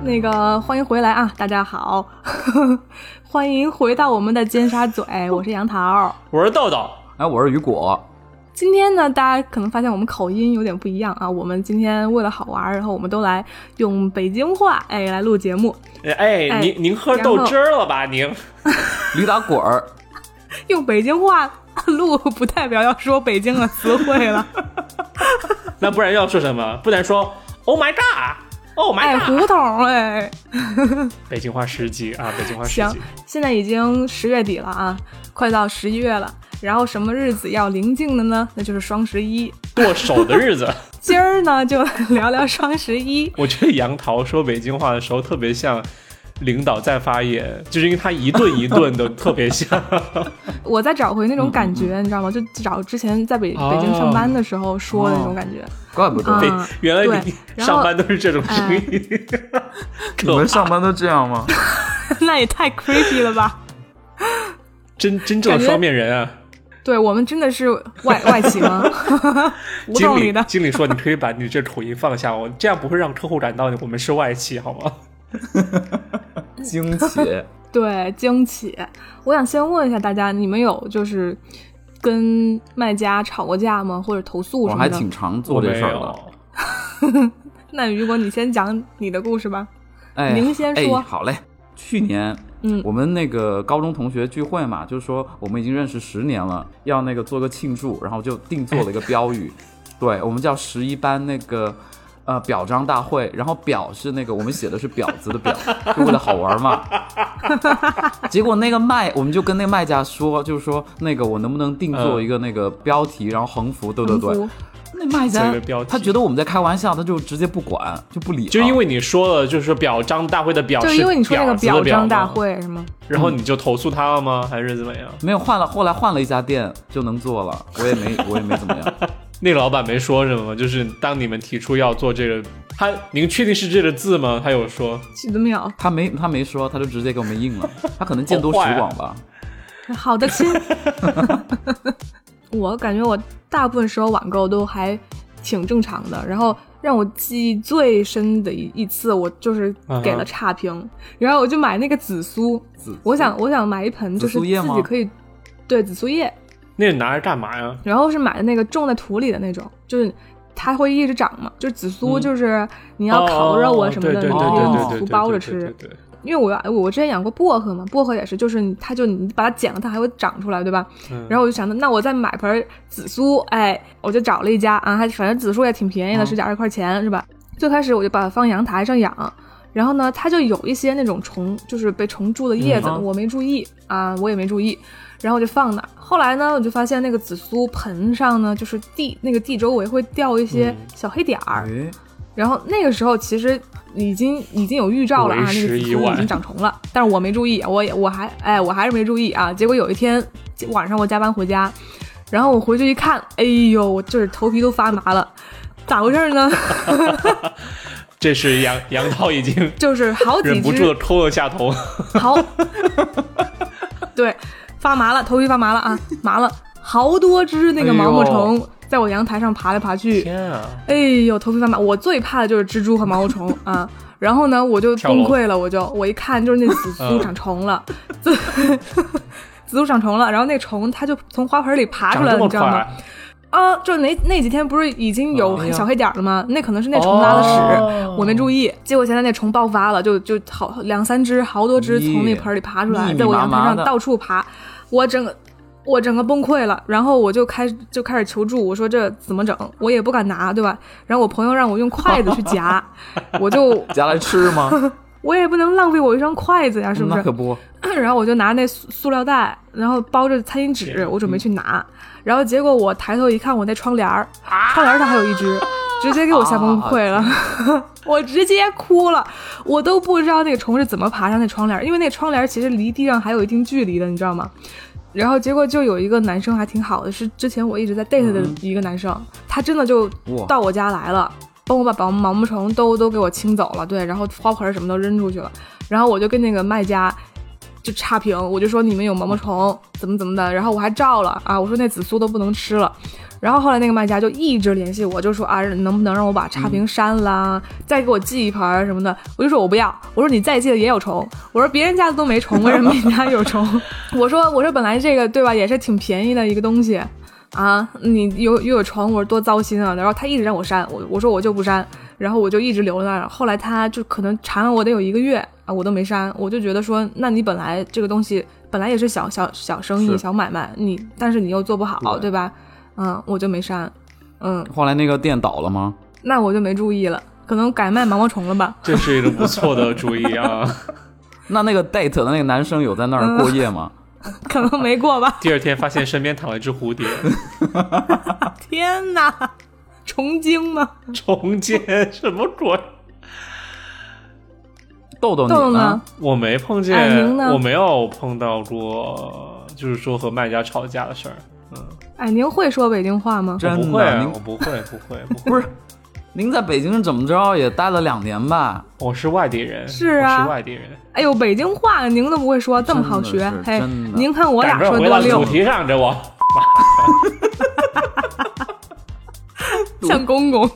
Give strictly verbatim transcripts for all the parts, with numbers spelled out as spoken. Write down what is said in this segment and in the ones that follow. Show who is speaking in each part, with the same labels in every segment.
Speaker 1: 那个欢迎回来啊，大家好，欢迎回到我们的尖沙咀，我是杨桃，
Speaker 2: 我是豆豆，
Speaker 3: 哎，我是雨果。
Speaker 1: 今天呢，大家可能发现我们口音有点不一样啊。我们今天为了好玩，然后我们都来用北京话哎来录节目。
Speaker 2: 哎，哎您您喝豆汁儿了吧？您
Speaker 3: 驴打滚儿，
Speaker 1: 用北京话录不代表要说北京的词汇了。
Speaker 2: 那不然要说什么？不然说 Oh my God。Oh my God！
Speaker 1: 哎，胡同哎，
Speaker 2: 北京话十级啊，北京话十级。
Speaker 1: 行，现在已经十月底了啊，快到十一月了。然后什么日子要临近的呢？那就是双十一，
Speaker 2: 剁手的日子。
Speaker 1: 今儿呢就聊聊双十一。
Speaker 2: 我觉得杨桃说北京话的时候特别像领导在发言，就是因为他一顿一顿的特别像。
Speaker 1: 我在找回那种感觉，嗯、你知道吗？就找之前在北、哦、北京上班的时候说的那种感觉。
Speaker 3: 怪不得、
Speaker 1: 嗯，
Speaker 2: 原来你上班都是这种声音。
Speaker 3: 哎、你们上班都这样吗？
Speaker 1: 那也太 creepy 了吧！
Speaker 2: 真真正的双面人啊！
Speaker 1: 对，我们真的是外外企吗？无道理的。
Speaker 2: 经理说：“你可以把你这口音放下，我这样不会让客户感到我们是外企，好吗？”
Speaker 3: 惊奇，
Speaker 1: 对，惊奇。我想先问一下大家，你们有就是跟卖家吵过架吗？或者投诉什么的？
Speaker 3: 我还挺常做这事儿
Speaker 1: 的。那如果你先讲你的故事吧。
Speaker 3: 哎，
Speaker 1: 您先说。
Speaker 3: 哎，好嘞。去年，嗯，我们那个高中同学聚会嘛，就是说我们已经认识十年了，要那个做个庆祝，然后就定做了一个标语，对，我们叫十一班那个呃表彰大会，然后表是那个我们写的是婊子的婊，就为了好玩嘛。结果那个卖，我们就跟那个卖家说，就是说那个我能不能定做一个那个标题，然后横幅，对对对。那卖家他觉得我们在开玩笑，他就直接不管，就不理。
Speaker 2: 就因为你说了，就是表彰大会的表，
Speaker 1: 就因为你说那个表彰大会是吗？
Speaker 2: 然后你就投诉他了吗？嗯、还是怎么样？
Speaker 3: 没有，换了，后来换了一家店就能做了，我也没，我也没怎么样。
Speaker 2: 那个老板没说什么，就是当你们提出要做这个，他您确定是这个字吗？他有说
Speaker 1: 几个秒？
Speaker 3: 他没，他没说，他就直接给我们印了。他可能见多识广吧。
Speaker 1: 好的亲。我感觉我大部分时候网购都还挺正常的，然后让我记忆最深的一次，我就是给了差评，uh-huh. 然后我就买那个紫苏，我想我想买一盆就是自己可以，对，紫苏叶，
Speaker 2: 那你拿着干嘛呀？然
Speaker 1: 后是买的那个种在土里的那种，就是它会一直长嘛，就是紫苏就是你要烤肉啊什么的，你可以用紫苏包着吃。因为我我之前养过薄荷嘛，薄荷也是，就是它就你把它剪了，它还会长出来，对吧？嗯、然后我就想，那我再买盆紫苏，哎，我就找了一家啊，还反正紫苏也挺便宜的，十几二十块钱是吧？最开始我就把它放阳台上养，然后呢，它就有一些那种虫，就是被虫蛀的叶子，嗯、我没注意啊，我也没注意，然后我就放那。后来呢，我就发现那个紫苏盆上呢，就是地那个地周围会掉一些小黑点儿。嗯然后那个时候其实已经已经有预兆了啊，那个紫苏已经长虫了，但是我没注意，我也我还哎我还是没注意啊。结果有一天晚上我加班回家，然后我回去一看，哎呦，我就是头皮都发麻了，咋回事呢？
Speaker 2: 这是杨杨桃已经
Speaker 1: 就是好几只
Speaker 2: 忍不住的抠了下头，
Speaker 1: 好，对，发麻了，头皮发麻了啊，麻了，好多只那个毛毛虫。哎在我阳台上爬来爬去，
Speaker 2: 天啊！
Speaker 1: 哎呦，头皮发麻！我最怕的就是蜘蛛和毛毛虫啊。然后呢，我就崩溃了，我就我一看就是那紫苏长虫了，紫紫苏长虫了。然后那虫它就从花盆里爬出来了，你知道吗？啊，就那那几天不是已经有小黑点了吗？那可能是那虫拉的屎，哦、我没注意。结果现在那虫爆发了，就就好两三只，好多只从那盆里爬出来，在我阳台上到处爬，我整个。我整个崩溃了，然后我就开就开始求助，我说这怎么整？我也不敢拿，对吧？然后我朋友让我用筷子去夹，我就
Speaker 3: 夹来吃吗？
Speaker 1: 我也不能浪费我一双筷子呀，是不是？
Speaker 3: 那可不。
Speaker 1: 然后我就拿那塑料袋，然后包着餐巾纸，我准备去拿。然后结果我抬头一看，我那窗帘儿，窗帘上还有一只，直接给我吓崩溃了，我直接哭了。我都不知道那个虫是怎么爬上那窗帘，因为那窗帘其实离地上还有一定距离的，你知道吗？然后结果就有一个男生还挺好的，是之前我一直在 date 的一个男生，嗯、他真的就到我家来了，帮我把毛毛虫都都给我清走了，对，然后花盆什么都扔出去了，然后我就跟那个卖家就差评，我就说你们有毛毛虫怎么怎么的，然后我还照了啊，我说那紫苏都不能吃了。然后后来那个卖家就一直联系我，就说啊，能不能让我把差评删了、嗯、再给我寄一盘什么的。我就说我不要，我说你再寄的也有虫，我说别人家的都没虫，为什么你家有虫？我说我说本来这个对吧也是挺便宜的一个东西啊，你有又有虫，我说多糟心啊。然后他一直让我删，我我说我就不删，然后我就一直留在那儿。后来他就可能缠了我得有一个月啊，我都没删。我就觉得说，那你本来这个东西本来也是小小小生意小买卖，你但是你又做不好， 对, 对吧？嗯，我就没删。嗯，
Speaker 3: 后来那个店倒了吗？
Speaker 1: 那我就没注意了，可能改卖毛毛虫了吧。
Speaker 2: 这是一个不错的主意啊。
Speaker 3: 那那个 date 的那个男生有在那儿过夜吗？
Speaker 1: 嗯、可能没过吧。
Speaker 2: 第二天发现身边躺了一只蝴蝶。
Speaker 1: 天哪，虫精吗？
Speaker 2: 虫精什么鬼？
Speaker 3: 豆豆
Speaker 1: 豆豆呢？
Speaker 2: 我没碰见，
Speaker 1: 哎、您呢？
Speaker 2: 我没有碰到过，就是说和卖家吵架的事儿。嗯，
Speaker 1: 哎，您会说北京话吗？
Speaker 2: 我不会、啊，我不会，不会，不会。
Speaker 3: 不是，您在北京怎么着也待了两年吧？
Speaker 2: 我是外地人，
Speaker 1: 是啊，
Speaker 2: 我是外地人。
Speaker 1: 哎呦，北京话您都不会说，这么好学？嘿，您看我俩说多溜。
Speaker 2: 赶快回到主题上，这我。
Speaker 1: 像公公。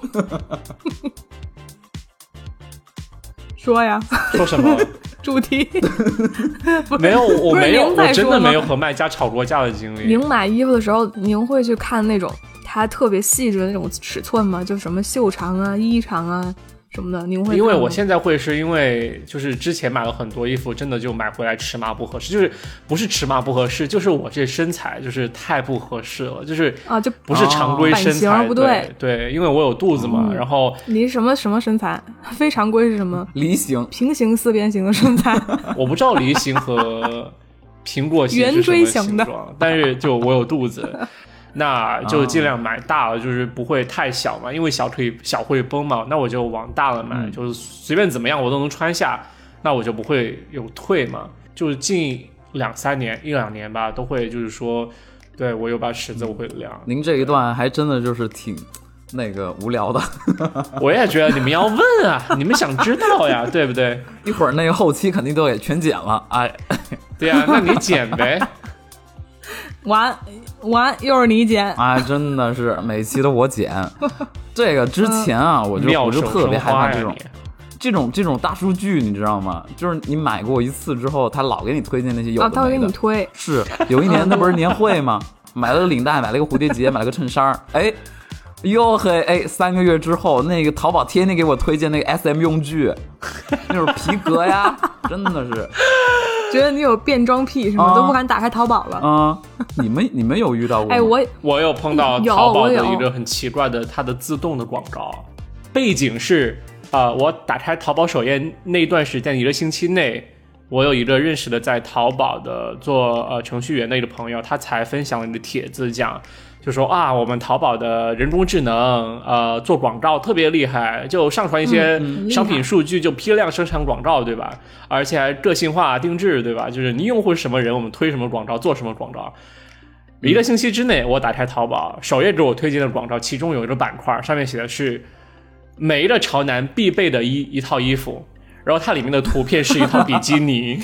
Speaker 1: 说呀，
Speaker 2: 说什么？
Speaker 1: 主题
Speaker 2: 没有，我没有，我真的没有和卖家吵过架的经历。
Speaker 1: 您买衣服的时候，您会去看那种它特别细致的那种尺寸吗？就什么袖长啊、衣长啊什么的，您会看吗？
Speaker 2: 因为我现在会是因为就是之前买了很多衣服，真的就买回来尺码不合适，就是不是尺码不合适，就是我这身材就是太不合适了，就是
Speaker 1: 啊，就
Speaker 2: 不是常规身材，
Speaker 1: 版型不对，
Speaker 2: 对，因为我有肚子嘛，
Speaker 1: 嗯、
Speaker 2: 然后
Speaker 1: 你什么什么身材？非常规是什么？
Speaker 3: 梨形、
Speaker 1: 平行四边形的身材。
Speaker 2: 我不知道梨形和苹果形是什么形状，但是就我有肚子。那就尽量买大了，就是不会太小嘛，因为小腿小会崩嘛，那我就往大了买，嗯、就是随便怎么样我都能穿下，那我就不会有退嘛。就是近两三年一两年吧，都会就是说，对我有把尺子我会量。
Speaker 3: 您这一段还真的就是挺那个无聊的。
Speaker 2: 我也觉得你们要问啊，你们想知道呀，对不对？
Speaker 3: 一会儿那个后期肯定都给全剪了，哎，
Speaker 2: 对呀、啊，那你剪呗。
Speaker 1: 完完又是你剪
Speaker 3: 啊、哎！真的是每期都我剪。这个之前啊，我就我就特别害怕这种这种这种大数据，你知道吗？就是你买过一次之后，他老给你推荐那些有的没的。啊，
Speaker 1: 他会给你推。
Speaker 3: 是有一年那不是年会吗？买了个领带，买了个蝴蝶结，买了个衬衫，哎。哟嘿，哎，三个月之后，那个淘宝天天给我推荐那个 S M 用具，那种皮革呀，真的是，
Speaker 1: 觉得你有变装癖，什么、啊、都不敢打开淘宝了。
Speaker 3: 啊，你们你们有遇到过吗？
Speaker 1: 哎，我
Speaker 2: 我有碰到淘宝的一个很奇怪的，它的自动的广告，背景是呃，我打开淘宝首页那一段时间，一个星期内，我有一个认识的在淘宝的做呃程序员的一个朋友，他才分享了一个帖子讲。就说啊，我们淘宝的人工智能，呃，做广告特别厉害，就上传一些商品数据，就批量生产广告，对吧？而且还个性化定制，对吧？就是你用户是什么人，我们推什么广告，做什么广告。一个星期之内，我打开淘宝首页给我推荐的广告，其中有一个板块，上面写的是每一个潮男必备的一一套衣服，然后它里面的图片是一套比基尼。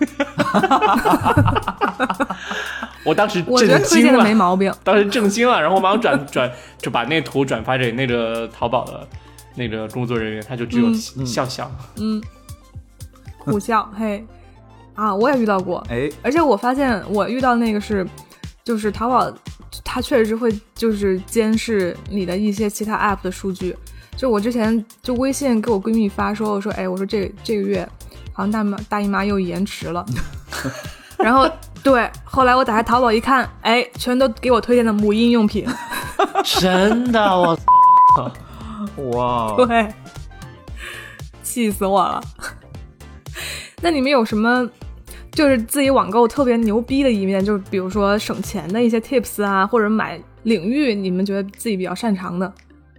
Speaker 2: 我当时震惊了，
Speaker 1: 我觉得推荐的没毛病。
Speaker 2: 当时震惊了，然后我马上转转就把那图转发给那个淘宝的那个工作人员，他就只有笑笑，
Speaker 1: 嗯，苦笑，嘿，啊，我也遇到过，
Speaker 3: 哎，
Speaker 1: 而且我发现我遇到那个是，就是淘宝，它确实会就是监视你的一些其他 app 的数据。就我之前就微信给我闺蜜发说，我说，哎，我说这这个月好像大妈大姨妈又延迟了。然后对，后来我打开淘宝一看，哎，全都给我推荐的母婴用品。
Speaker 2: 真的，我操！
Speaker 3: 哇，
Speaker 1: 对，气死我了。那你们有什么就是自己网购特别牛逼的一面，就是比如说省钱的一些 tips 啊，或者买领域你们觉得自己比较擅长的？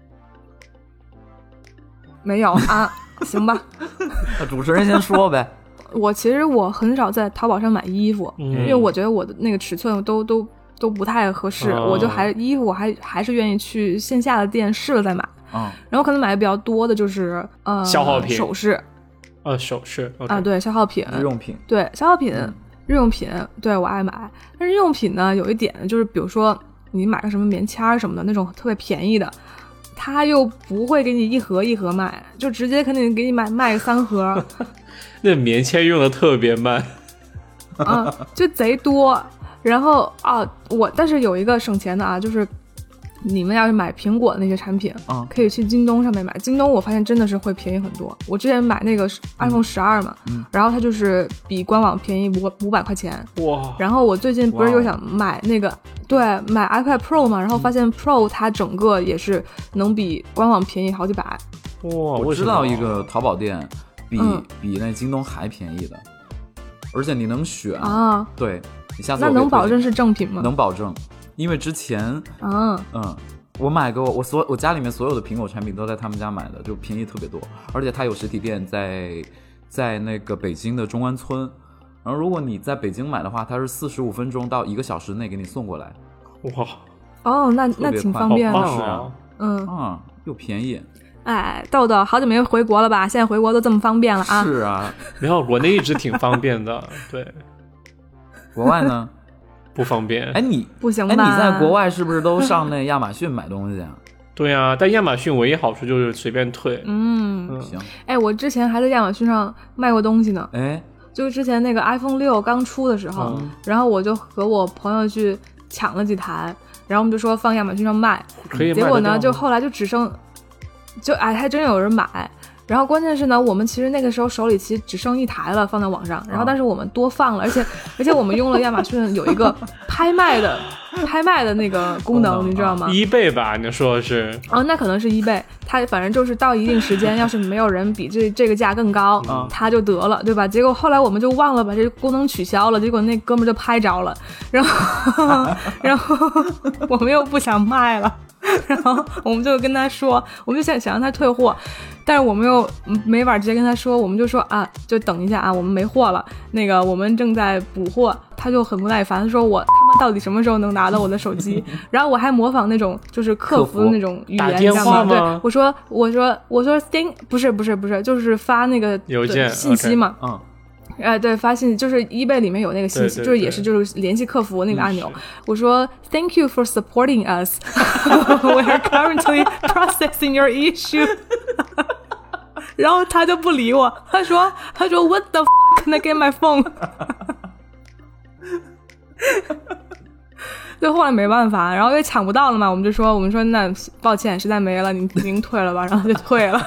Speaker 1: 没有啊？行吧。
Speaker 3: 那主持人先说呗。
Speaker 1: 我其实我很少在淘宝上买衣服，
Speaker 2: 嗯、
Speaker 1: 因为我觉得我的那个尺寸都都都不太合适，哦、我就还衣服我还还是愿意去线下的店试了再买。
Speaker 3: 哦、
Speaker 1: 然后可能买的比较多的就是呃
Speaker 2: 消耗品、
Speaker 1: 首饰，
Speaker 2: 呃首饰、
Speaker 1: okay、啊，对，消耗品、
Speaker 3: 日用品，
Speaker 1: 对消耗品。嗯、 日用品对我爱买，但是日用品呢有一点就是比如说你买个什么棉签什么的那种特别便宜的，他又不会给你一盒一盒卖，就直接肯定给你买卖三盒
Speaker 2: 那棉签用的特别慢
Speaker 1: 啊，就贼多。然后啊，我但是有一个省钱的啊，就是你们要是买苹果的那些产品、嗯、可以去京东上面买，京东我发现真的是会便宜很多。我之前买那个 iPhone 十二嘛、嗯、然后它就是比官网便宜五百块钱。
Speaker 2: 哇！
Speaker 1: 然后我最近不是又想买那个对买 iPad Pro 嘛，然后发现 Pro 它整个也是能比官网便宜好几百。
Speaker 3: 哇！我知道一个淘宝店比、嗯、比那京东还便宜的，而且你能选
Speaker 1: 啊。
Speaker 3: 对，你下次
Speaker 1: 那能保证是正品吗？
Speaker 3: 能保证。因为之前
Speaker 1: 啊，
Speaker 3: 嗯，我买过我所我家里面所有的苹果产品都在他们家买的，就便宜特别多，而且它有实体店在在那个北京的中关村，然后如果你在北京买的话，它是四十五分钟到一个小时内给你送过来。
Speaker 2: 哇，
Speaker 1: 哦，那那挺方便的，
Speaker 2: 是啊，
Speaker 1: 嗯
Speaker 3: 啊，又便宜。
Speaker 1: 哎，豆豆好久没回国了吧？现在回国都这么方便了啊？
Speaker 3: 是啊，
Speaker 2: 没有，国内一直挺方便的，对。
Speaker 3: 国外呢？
Speaker 2: 不方便。
Speaker 3: 哎，你
Speaker 1: 不行吧？
Speaker 3: 哎，你在国外是不是都上那亚马逊买东西啊？
Speaker 2: 对啊，但亚马逊唯一好处就是随便退。
Speaker 1: 嗯，
Speaker 3: 嗯行。
Speaker 1: 哎，我之前还在亚马逊上卖过东西呢。
Speaker 3: 哎，
Speaker 1: 就是之前那个 iPhone 六刚出的时候、嗯，然后我就和我朋友去抢了几台，然后我们就说放亚马逊上卖。
Speaker 2: 可以卖。
Speaker 1: 结果呢，就后来就只剩，就哎，还真有人买。然后关键是呢，我们其实那个时候手里其实只剩一台了，放在网上。然后但是我们多放了，而且而且我们用了亚马逊有一个拍卖的拍卖的那个功能，你知道吗？
Speaker 2: 一倍吧，你说的是？
Speaker 1: 哦，那可能是一倍。它反正就是到一定时间，要是没有人比这这个价更高，嗯、它就得了，对吧？结果后来我们就忘了把这个功能取消了，结果那哥们就拍着了，然后然后我们又不想卖了。然后我们就跟他说，我们就想想让他退货，但是我们又没法直接跟他说，我们就说啊，就等一下啊，我们没货了，那个我们正在补货。他就很不耐烦，他说我他妈到底什么时候能拿到我的手机？然后我还模仿那种就是客服的那种语言，
Speaker 2: 打电话吗？
Speaker 1: 对，我说我说我说 think 不是不是不是，就是发那个
Speaker 2: 邮件
Speaker 1: 信息嘛，
Speaker 3: 嗯。
Speaker 1: 哎，对，发信息就是 eBay 里面有那个信息，
Speaker 2: 对对对，
Speaker 1: 就是也是就是联系客服那个按钮。我说 Thank you for supporting us. We are currently processing your issue. 然后他就不理我，他说他说 What the f can I get my phone? 就后来没办法，然后因为抢不到了嘛，我们就说我们说那抱歉，实在没了，你您退了吧，然后就退了。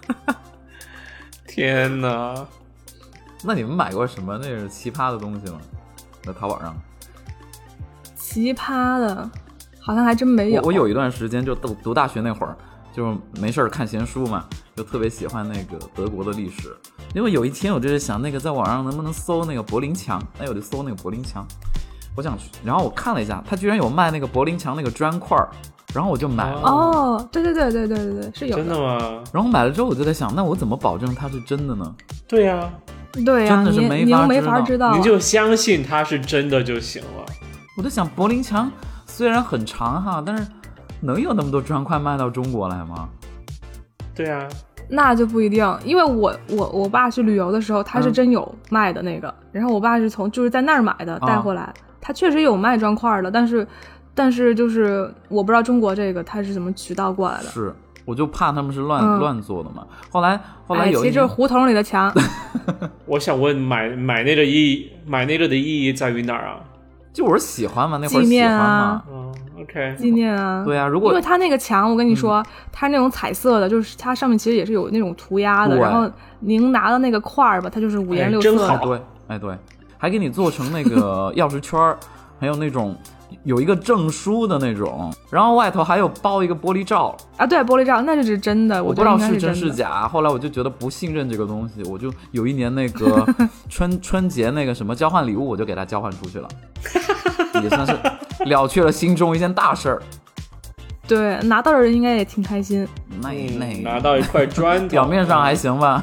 Speaker 2: 天哪！
Speaker 3: 那你们买过什么那是奇葩的东西吗？在淘宝上？
Speaker 1: 奇葩的，好像还真没有。
Speaker 3: 我, 我有一段时间就读读大学那会儿，就没事看闲书嘛，就特别喜欢那个德国的历史。因为有一天我就是想，那个在网上能不能搜那个柏林墙？哎，我就搜那个柏林墙，我想去。然后我看了一下，他居然有卖那个柏林墙那个砖块，然后我就买了。
Speaker 1: 哦，对对对对对对对，是有的。
Speaker 2: 真的吗？
Speaker 3: 然后买了之后，我就在想，那我怎么保证它是真的呢？
Speaker 2: 对呀、啊。
Speaker 1: 对呀、啊，你你又没法知道，
Speaker 2: 您就相信它是真的就行了。
Speaker 3: 我在想，柏林墙虽然很长哈，但是能有那么多砖块卖到中国来吗？
Speaker 2: 对啊，
Speaker 1: 那就不一定，因为我我我爸去旅游的时候，他是真有卖的那个，嗯、然后我爸是从就是在那儿买的带回来，啊、他确实有卖砖块的，但是但是就是我不知道中国这个它是什么渠道过来的。
Speaker 3: 是。我就怕他们是乱、嗯、乱做的嘛。后来后来有一、
Speaker 1: 哎、其实就是胡同里的墙。
Speaker 2: 我想问买买那个意义，买那个的意义在于哪儿啊？
Speaker 3: 就我是喜欢嘛，那会儿喜欢嘛。
Speaker 2: 嗯 ，OK，
Speaker 1: 纪念啊。
Speaker 3: 对啊，如果
Speaker 1: 因为它那个墙，我跟你说，嗯、它是那种彩色的，就是它上面其实也是有那种涂鸦的。然后您拿的那个块儿吧，它就是五颜六色的。
Speaker 2: 哎、真好。
Speaker 3: 对，哎对，还给你做成那个钥匙圈，还有那种。有一个证书的那种，然后外头还有包一个玻璃罩
Speaker 1: 啊，对，玻璃罩那就是真的，
Speaker 3: 我不知道是真是假。后来我就觉得不信任这个东西，我就有一年那个春春节那个什么交换礼物，我就给他交换出去了，也算是了却了心中一件大事儿。
Speaker 1: 对，拿到的人应该也挺开心。
Speaker 3: 那那、
Speaker 2: 嗯、拿到一块砖，
Speaker 3: 表面上还行吧。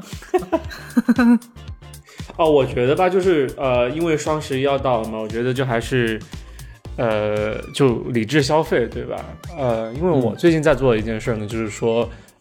Speaker 2: 哦，我觉得吧，就是呃，因为双十一要到了嘛，我觉得就还是。呃，就理智消费，对吧？呃，因为我最近在做的一件事呢，就是说，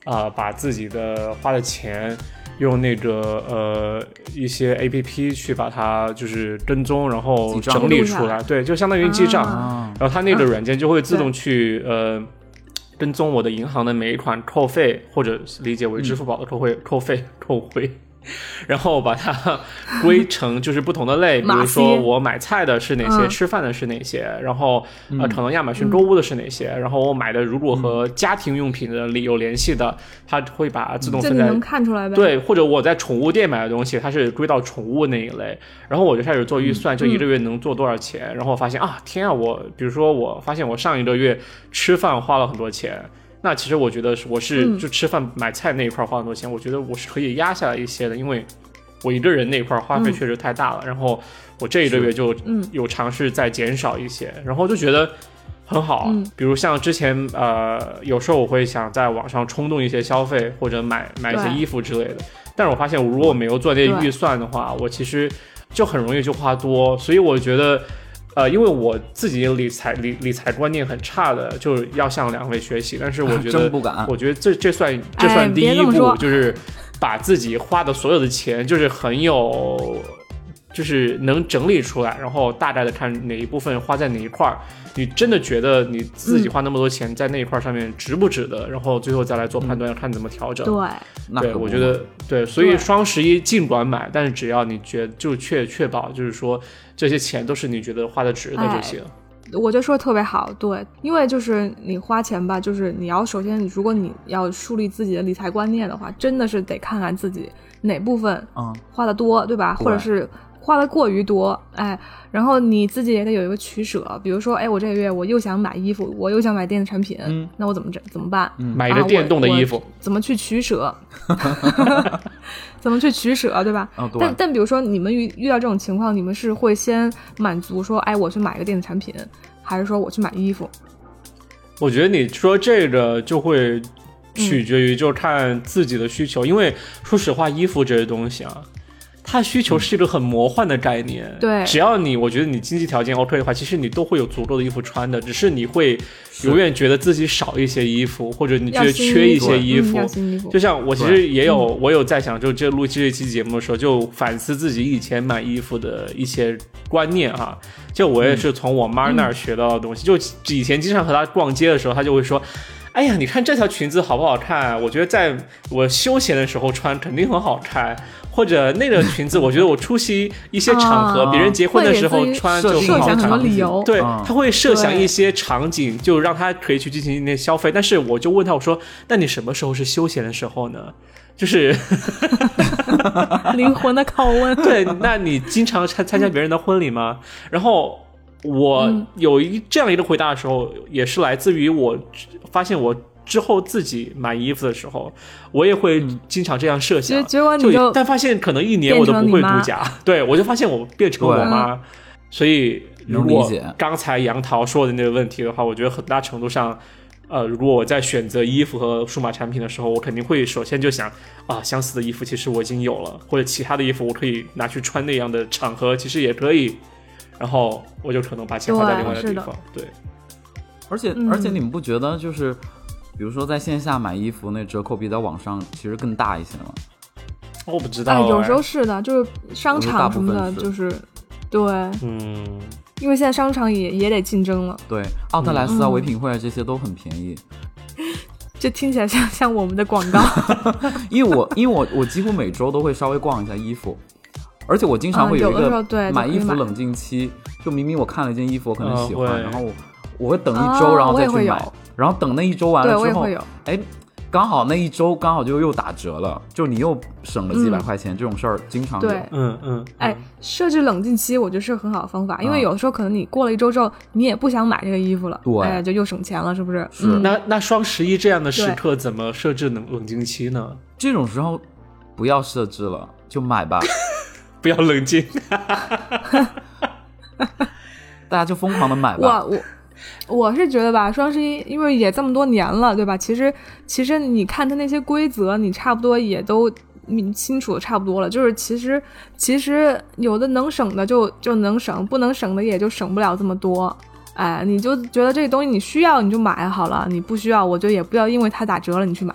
Speaker 2: 啊、呃，把自己的花的钱用那个呃一些 A P P 去把它就是跟踪，然后整理出来，对，就相当于记账、啊，然后它那个软件就会自动去、啊、呃跟踪我的银行的每一款扣费，或者理解为支付宝的扣费、嗯、扣费扣回。然后把它归成就是不同的类，比如说我买菜的是哪些、嗯、吃饭的是哪些，然后、嗯、呃可能亚马逊购物的是哪些、嗯、然后我买的如果和家庭用品的有联系的，它会把它自动分在、
Speaker 1: 嗯、这你能看出来呗，
Speaker 2: 对，或者我在宠物店买的东西它是归到宠物那一类，然后我就开始做预算、嗯、就一个月能做多少钱、嗯、然后我发现啊天啊，我比如说我发现我上一个月吃饭花了很多钱，那其实我觉得我是就吃饭买菜那一块花很多钱、嗯、我觉得我是可以压下来一些的，因为我一个人那一块花费确实太大了、嗯、然后我这一个月就有尝试再减少一些、嗯、然后就觉得很好、嗯、比如像之前呃有时候我会想在网上冲动一些消费或者买买一些衣服之类的，但是我发现如果我没有做这些预算的话，我其实就很容易就花多，所以我觉得呃，因为我自己理财理理财观念很差的，就要向两位学习。但是我觉得，
Speaker 3: 真不敢。
Speaker 2: 我觉得这这算这算第一步，哎、就是把自己花的所有的钱，就是很有，就是能整理出来，然后大概的看哪一部分花在哪一块儿。你真的觉得你自己花那么多钱在那一块上面值不值得、嗯、然后最后再来做判断、嗯、看怎么调整。
Speaker 1: 对
Speaker 2: 对，我觉得对，所以双十一尽管买，但是只要你觉得就确确保就是说这些钱都是你觉得花的值的就行、
Speaker 1: 哎、我觉得说的特别好。对，因为就是你花钱吧，就是你要首先如果你要树立自己的理财观念的话，真的是得看看自己哪部分花的多、嗯、对吧，或者是花的过于多，哎，然后你自己也得有一个取舍，比如说，哎，我这个月我又想买衣服，我又想买电子产品，嗯，那我怎么怎么办？
Speaker 2: 嗯、买一个电动的衣服，
Speaker 1: 啊、怎么去取舍？怎么去取舍，对吧？
Speaker 3: 哦、对
Speaker 1: 但但比如说你们遇遇到这种情况，你们是会先满足说，哎，我去买一个电子产品，还是说我去买衣服？
Speaker 2: 我觉得你说这个就会取决于就看自己的需求，嗯、因为说实话，衣服这些东西啊。它需求是一个很魔幻的概念、嗯、对，只要你我觉得你经济条件 OK 的话，其实你都会有足够的衣服穿的，只是你会永远觉得自己少一些衣服，或者你觉得缺一些衣服、
Speaker 1: 嗯、
Speaker 2: 就像我其实也有我有在想，就这录这一期节目的时候就反思自己以前买衣服的一些观念哈，就我也是从我妈那儿学到的东西、嗯、就以前经常和她逛街的时候，她就会说，哎呀，你看这条裙子好不好看？我觉得在我休闲的时候穿肯定很好看，或者那个裙子，我觉得我出席一些场合，别、啊、人结婚的时候穿就很好看。
Speaker 1: 什么理由？
Speaker 2: 对，他会设想一些场景，就让他可以去进行一些消费。但是我就问他，我说：“那你什么时候是休闲的时候呢？”就是
Speaker 1: 灵魂的拷问。
Speaker 2: 对，那你经常参参加别人的婚礼吗？然后。我有一这样一个回答的时候、嗯、也是来自于我发现我之后自己买衣服的时候，我也会经常这样设想、
Speaker 1: 嗯、结果你就
Speaker 2: 但发现可能一年我都不会度假，对，我就发现我变成了我妈。所以如果刚才杨桃说的那个问题的话，我觉得很大程度上呃，如果我在选择衣服和数码产品的时候，我肯定会首先就想啊，相似的衣服其实我已经有了，或者其他的衣服我可以拿去穿那样的场合其实也可以，然后我就可能把钱花在另外的地方。 对, 对，
Speaker 3: 而且、嗯、而且你们不觉得就是比如说在线下买衣服那折扣比在网上其实更大一些吗？
Speaker 2: 我不知道、
Speaker 1: 哎、有时候是的，就是商场什么的，就是对，
Speaker 2: 嗯，
Speaker 1: 因为现在商场也也得竞争了。
Speaker 3: 对，奥特莱斯啊、嗯、唯品会啊这些都很便宜。
Speaker 1: 这听起来像像我们的广告。
Speaker 3: 因为我因为我我几乎每周都会稍微逛一下衣服，而且我经常会有一个买衣服冷静期，就明明我看了一件衣服我可能喜欢、哦、然后 我, 我会等一周、哦、然后再去买，然后等那一周完了之后，哎，刚好那一周刚好就又打折了，就你又省了几百块钱、嗯、这种事儿经常有。
Speaker 1: 对，
Speaker 2: 嗯嗯，
Speaker 1: 哎，设置冷静期我觉得是很好的方法，因为有的时候可能你过了一周之后你也不想买这个衣服了，
Speaker 3: 对，
Speaker 1: 哎，就又省钱了，是不是？
Speaker 3: 是。
Speaker 1: 嗯、
Speaker 2: 那那双十一这样的时刻怎么设置冷冷静期呢？
Speaker 3: 这种时候不要设置了，就买吧。
Speaker 2: 不要冷静。
Speaker 3: 大家就疯狂的买吧。
Speaker 1: 我我我是觉得吧，双十一因为也这么多年了，对吧？其实其实你看它那些规则，你差不多也都清楚的差不多了。就是其实其实有的能省的就就能省，不能省的也就省不了这么多。哎，你就觉得这个东西你需要你就买好了，你不需要我就也不要因为它打折了你去买。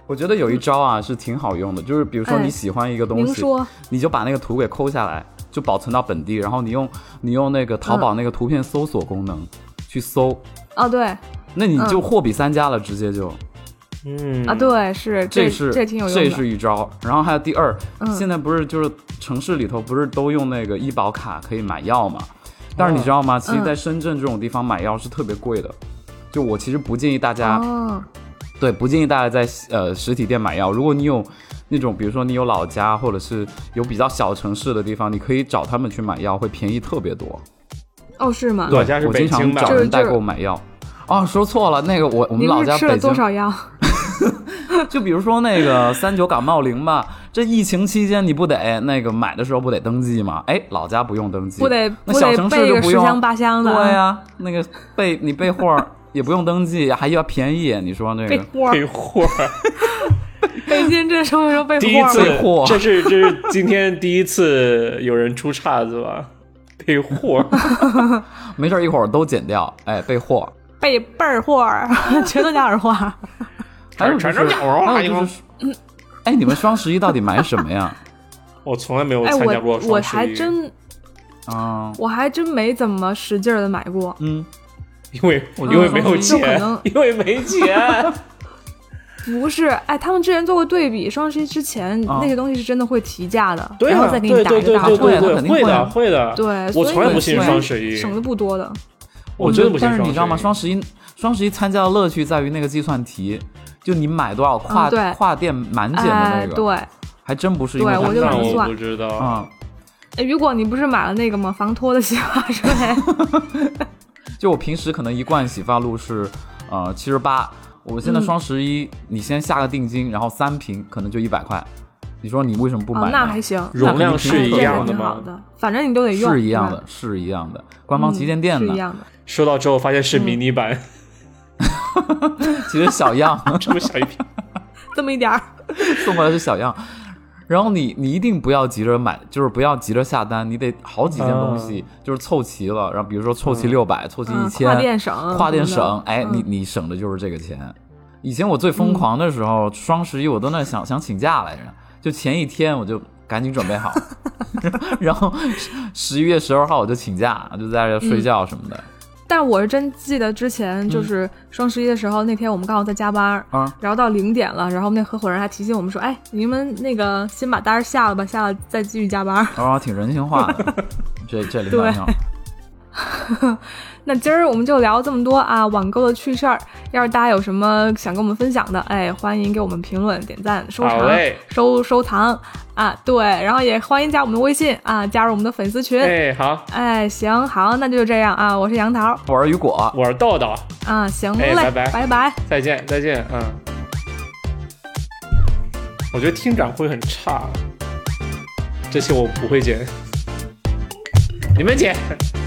Speaker 3: 我觉得有一招啊是挺好用的，就是比如说你喜欢一个东西，
Speaker 1: 哎、
Speaker 3: 你就把那个图给抠下来，就保存到本地，然后你用你用那个淘宝那个图片搜索功能、嗯、去搜。
Speaker 1: 哦，对，
Speaker 3: 那你就货比三家了，嗯、直接就。
Speaker 2: 嗯
Speaker 1: 啊，对，是
Speaker 3: 这是
Speaker 1: 这挺有用的，
Speaker 3: 这是一招。然后还有第二、
Speaker 1: 嗯，
Speaker 3: 现在不是就是城市里头不是都用那个医保卡可以买药嘛？但是你知道吗？哦、其实在深圳这种地方买药是特别贵的。就我其实不建议大家。
Speaker 1: 哦
Speaker 3: 对，不建议大家在呃实体店买药。如果你有那种，比如说你有老家，或者是有比较小城市的地方，你可以找他们去买药，会便宜特别多。
Speaker 1: 哦，是吗？
Speaker 3: 对，
Speaker 2: 老家是北京
Speaker 3: 我经常找人代购买药。哦，说错了，那个我我们老家北京。
Speaker 1: 你们是吃了多少药？
Speaker 3: 就比如说那个三九感冒灵吧，这疫情期间你不得那个买的时候不得登记吗？哎，老家不用登记，
Speaker 1: 不得
Speaker 3: 那小城市就不用，
Speaker 1: 十箱八箱的。
Speaker 3: 对呀、啊，那个备你备货。也不用登记，还要便宜，你说那个
Speaker 1: 备货，
Speaker 2: 备货。
Speaker 1: 北京这什么时候备货？
Speaker 2: 第一次，
Speaker 3: 备货，
Speaker 2: 这是这是今天第一次有人出岔子吧？备货，
Speaker 3: 没事，一会儿都剪掉。哎，备货，
Speaker 1: 备倍儿货，全都讲儿话。
Speaker 3: 还有就是，还有就是，哎，你们双十一到底买什么呀？
Speaker 2: 我从来没有参加过双十一，
Speaker 1: 我我还真，
Speaker 3: 啊、嗯，
Speaker 1: 我还真没怎么使劲的买过。
Speaker 3: 嗯。
Speaker 2: 因为因为没有钱，因为没钱。
Speaker 1: 不是，哎，他们之前做过对比，双十一之前、哦、那些东西是真的会提价的，
Speaker 2: 对、啊、
Speaker 1: 然后再给你打一个大
Speaker 2: 会，
Speaker 3: 对对对，
Speaker 2: 会的，会的。
Speaker 1: 对，
Speaker 2: 我从来不信双十一，
Speaker 1: 省的不多的。
Speaker 2: 我真的不信双十一。
Speaker 3: 但是你知道吗？双十一，双十一参加的乐趣在于那个计算题，就你买多少跨、
Speaker 1: 嗯、
Speaker 3: 跨店满减的那个，
Speaker 1: 哎、对，
Speaker 3: 还真不是因为
Speaker 1: 对，我就能算。
Speaker 2: 我不知道
Speaker 3: 啊。
Speaker 1: 哎、嗯，如果你不是买了那个吗？防脱的洗发水。
Speaker 3: 就我平时可能一罐洗发露是，呃七十八，我现在双十一、嗯，你先下个定金，然后三瓶可能就一百块，你说你为什么不买、
Speaker 1: 哦？那还行，
Speaker 2: 容量是一样的吗？
Speaker 1: 的，反正你都得用，
Speaker 3: 是一样的，是一样的，官方旗舰店的、
Speaker 1: 嗯、是一样的。
Speaker 2: 收到之后发现是迷你版，
Speaker 3: 嗯、其实小样，
Speaker 2: 这么小一瓶，
Speaker 1: 这么一点儿，
Speaker 3: 送过来是小样。然后你你一定不要急着买，就是不要急着下单，你得好几件东西、嗯、就是凑齐了，然后比如说凑齐六百、嗯，凑齐一千，
Speaker 1: 跨店省，
Speaker 3: 跨店省，哎，
Speaker 1: 嗯、
Speaker 3: 你你省的就是这个钱。以前我最疯狂的时候，嗯、双十一我都那想想请假来着，就前一天我就赶紧准备好，然后十一月十二号我就请假，就在这睡觉什么的。嗯，
Speaker 1: 但我是真记得之前就是双十一的时候、嗯、那天我们刚好在加班、
Speaker 3: 嗯、
Speaker 1: 然后到零点了，然后那合伙人还提醒我们说，哎，你们那个先把单下了吧，下了再继续加班。
Speaker 3: 哦，挺人性化的。这这领导挺好。
Speaker 1: 那今儿我们就聊这么多啊，网购的趣事儿。要是大家有什么想跟我们分享的，哎，欢迎给我们评论、点赞、收藏、收收藏啊。对，然后也欢迎加我们的微信啊，加入我们的粉丝群。
Speaker 2: 哎，好，
Speaker 1: 哎，行，好，那就这样啊。我是杨桃，
Speaker 3: 我是雨果，
Speaker 2: 我是豆豆
Speaker 1: 啊。行嘞，
Speaker 2: 哎、拜拜，
Speaker 1: 拜拜，
Speaker 2: 再见，再见。嗯，我觉得听感会很差，这期我不会剪，你们剪。